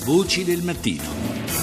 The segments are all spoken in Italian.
Voci del mattino.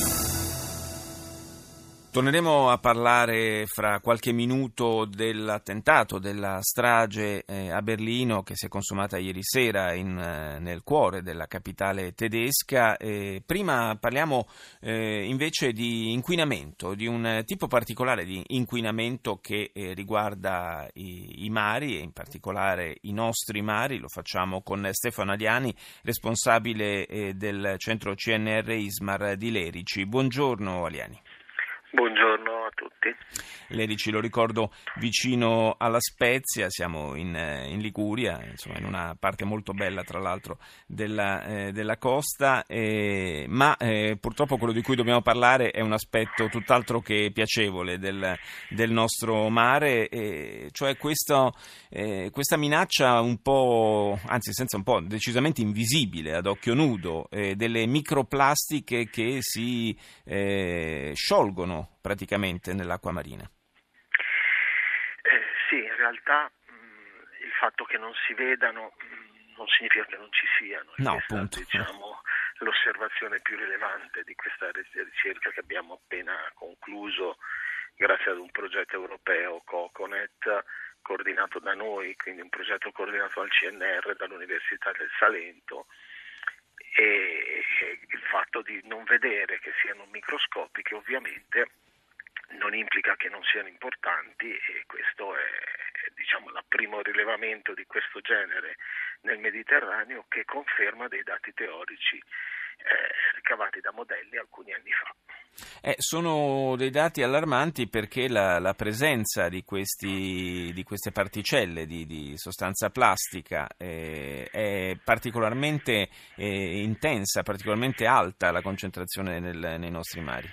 Torneremo a parlare fra qualche minuto dell'attentato, della strage a Berlino che si è consumata ieri sera nel cuore della capitale tedesca. Prima parliamo invece di inquinamento, di un tipo particolare di inquinamento che riguarda i mari e in particolare i nostri mari. Lo facciamo con Stefano Aliani, responsabile del centro CNR ISMAR di Lerici. Buongiorno Aliani. Buongiorno a tutti. Lerici, lo ricordo, vicino alla Spezia, siamo in Liguria, insomma in una parte molto bella tra l'altro della costa, ma purtroppo quello di cui dobbiamo parlare è un aspetto tutt'altro che piacevole del nostro mare, cioè questa minaccia un po', anzi senza un po', decisamente invisibile ad occhio nudo, delle microplastiche che si sciolgono praticamente nell'acqua marina. Sì, in realtà il fatto che non si vedano non significa che non ci siano. No, questa, appunto. diciamo, l'osservazione più rilevante di questa ricerca che abbiamo appena concluso grazie ad un progetto europeo, COCONET, coordinato da noi, quindi un progetto coordinato dal CNR, dall'Università del Salento, e il fatto di non vedere che siano microscopiche ovviamente non implica che non siano importanti, e questo è diciamo il primo rilevamento di questo genere nel Mediterraneo, che conferma dei dati teorici ricavati da modelli alcuni anni fa. Sono dei dati allarmanti perché la presenza di queste particelle di sostanza plastica è particolarmente intensa, particolarmente alta la concentrazione nei nostri mari.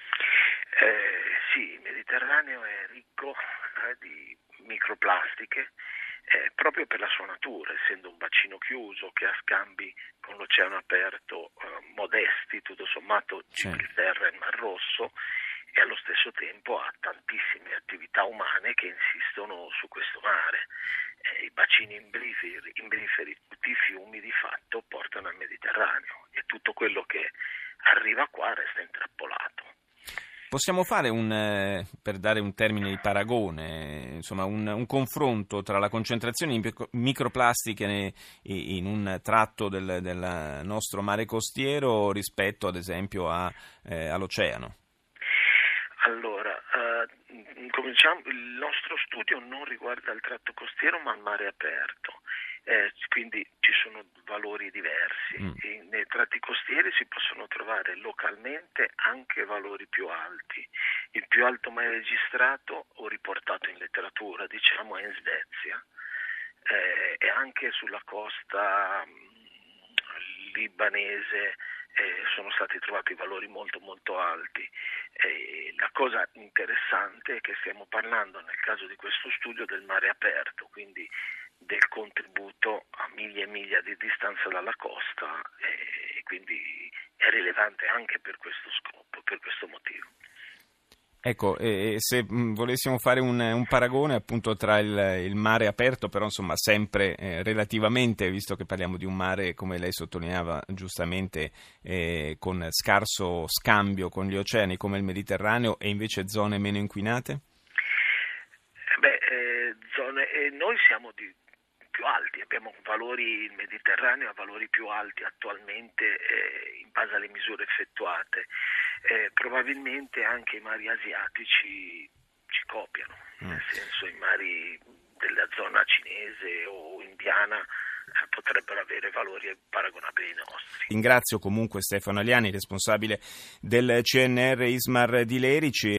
Sì, il Mediterraneo è ricco di microplastiche proprio per la sua natura, essendo un bacino chiuso che ha scambi con l'oceano aperto modesti, tutto sommato Gibilterra e Mar Rosso, e allo stesso tempo ha tantissime attività umane che insistono su questo mare. I bacini imbriferi, tutti i fiumi di fatto portano al Mediterraneo, e tutto quello che arriva qua resta intrappolato. Possiamo fare per dare un termine di paragone, insomma un confronto tra la concentrazione di microplastiche in un tratto del nostro mare costiero rispetto ad esempio all'oceano? Allora, cominciamo. Il nostro studio non riguarda il tratto costiero ma il mare aperto, quindi ci sono valori diversi. Nei tratti costieri si possono trovare localmente anche valori più alti. Il più alto mai registrato o riportato in letteratura, diciamo, è in Svezia, e anche sulla costa libanese sono stati trovati valori molto molto alti. La cosa interessante è che stiamo parlando nel caso di questo studio del mare aperto, quindi del contributo a miglia e miglia di distanza dalla costa, e quindi è rilevante anche per questo scopo, per questo motivo. Ecco, se volessimo fare un paragone appunto tra il mare aperto, però insomma sempre relativamente, visto che parliamo di un mare, come lei sottolineava giustamente, con scarso scambio con gli oceani come il Mediterraneo, e invece zone meno inquinate? Noi siamo più alti, abbiamo valori, il Mediterraneo ha valori più alti attualmente in base alle misure effettuate. Probabilmente anche i mari asiatici ci copiano, nel senso i mari della zona cinese o indiana potrebbero avere valori paragonabili ai nostri. Ringrazio comunque Stefano Aliani, responsabile del CNR ISMAR di Lerici.